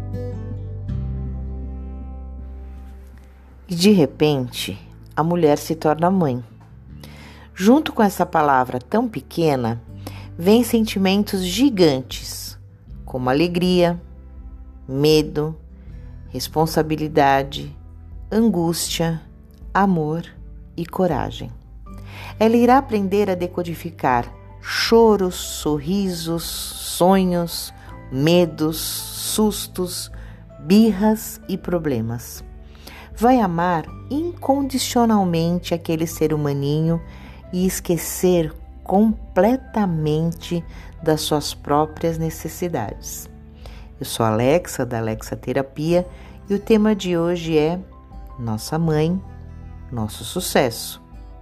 E de repente, a mulher se torna mãe. Junto com essa palavra tão pequena, vêm sentimentos gigantes, como alegria, medo, responsabilidade, angústia, amor e coragem. Ela irá aprender a decodificar choros, sorrisos, sonhos, medos, sustos, birras e problemas. Vai amar incondicionalmente aquele ser humaninho e esquecer completamente das suas próprias necessidades. Eu sou a Alexa, da Alexa Terapia, e o tema de hoje é Nossa Mãe, Nosso Sucesso.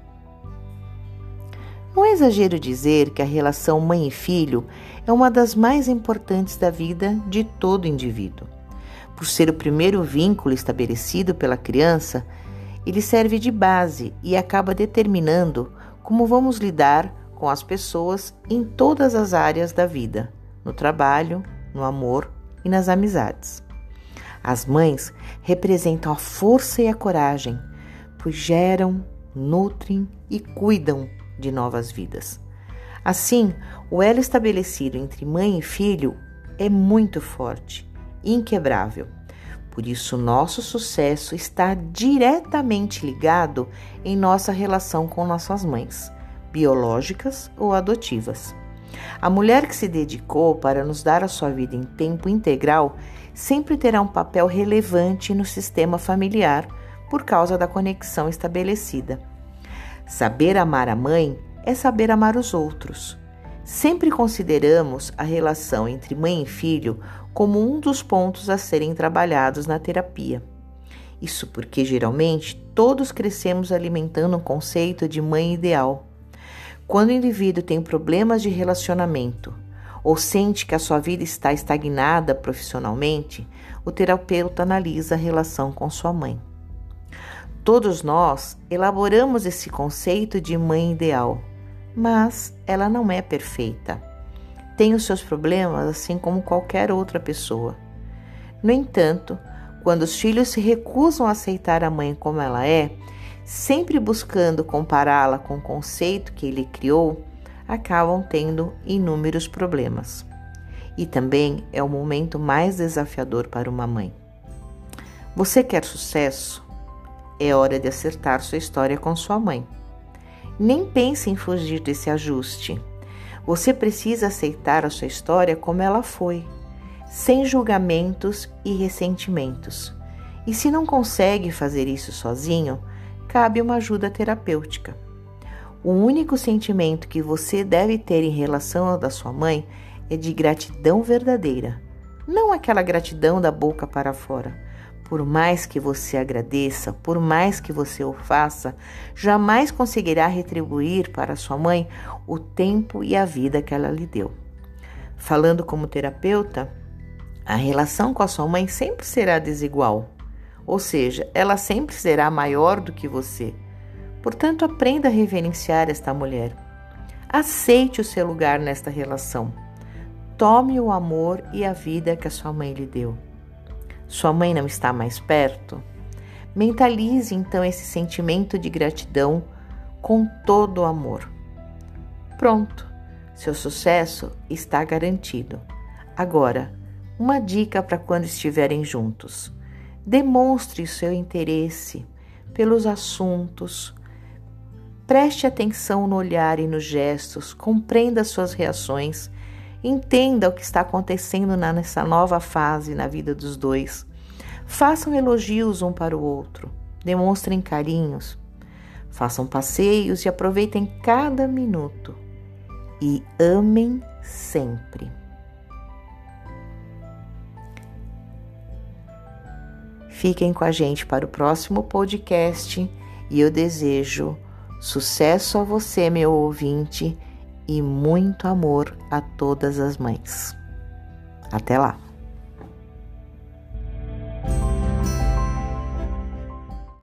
Não é exagero dizer que a relação mãe e filho é uma das mais importantes da vida de todo indivíduo. Por ser o primeiro vínculo estabelecido pela criança, ele serve de base e acaba determinando como vamos lidar com as pessoas em todas as áreas da vida, no trabalho, no amor e nas amizades. As mães representam a força e a coragem, pois geram, nutrem e cuidam de novas vidas. Assim, o elo estabelecido entre mãe e filho é muito forte, inquebrável. Por isso, nosso sucesso está diretamente ligado em nossa relação com nossas mães, biológicas ou adotivas. A mulher que se dedicou para nos dar a sua vida em tempo integral sempre terá um papel relevante no sistema familiar por causa da conexão estabelecida. Saber amar a mãe é saber amar os outros. Sempre consideramos a relação entre mãe e filho como um dos pontos a serem trabalhados na terapia. Isso porque, geralmente, todos crescemos alimentando um conceito de mãe ideal. Quando o indivíduo tem problemas de relacionamento ou sente que a sua vida está estagnada profissionalmente, o terapeuta analisa a relação com sua mãe. Todos nós elaboramos esse conceito de mãe ideal, mas ela não é perfeita. Tem os seus problemas assim como qualquer outra pessoa. No entanto, quando os filhos se recusam a aceitar a mãe como ela é, sempre buscando compará-la com o conceito que ele criou, acabam tendo inúmeros problemas. E também é o momento mais desafiador para uma mãe. Você quer sucesso? É hora de acertar sua história com sua mãe. Nem pense em fugir desse ajuste. Você precisa aceitar a sua história como ela foi, sem julgamentos e ressentimentos. E se não consegue fazer isso sozinho, cabe uma ajuda terapêutica. O único sentimento que você deve ter em relação ao da sua mãe é de gratidão verdadeira, não aquela gratidão da boca para fora. Por mais que você agradeça, por mais que você o faça, jamais conseguirá retribuir para sua mãe o tempo e a vida que ela lhe deu. Falando como terapeuta, a relação com a sua mãe sempre será desigual, ou seja, ela sempre será maior do que você. Portanto, aprenda a reverenciar esta mulher. Aceite o seu lugar nesta relação. Tome o amor e a vida que a sua mãe lhe deu. Sua mãe não está mais perto? Mentalize então esse sentimento de gratidão com todo o amor. Pronto, seu sucesso está garantido. Agora, uma dica para quando estiverem juntos. Demonstre o seu interesse pelos assuntos. Preste atenção no olhar e nos gestos, compreenda suas reações. Entenda o que está acontecendo nessa nova fase na vida dos dois. Façam elogios um para o outro. Demonstrem carinhos. Façam passeios e aproveitem cada minuto. E amem sempre. Fiquem com a gente para o próximo podcast e eu desejo sucesso a você, meu ouvinte, e muito amor a todas as mães. Até lá!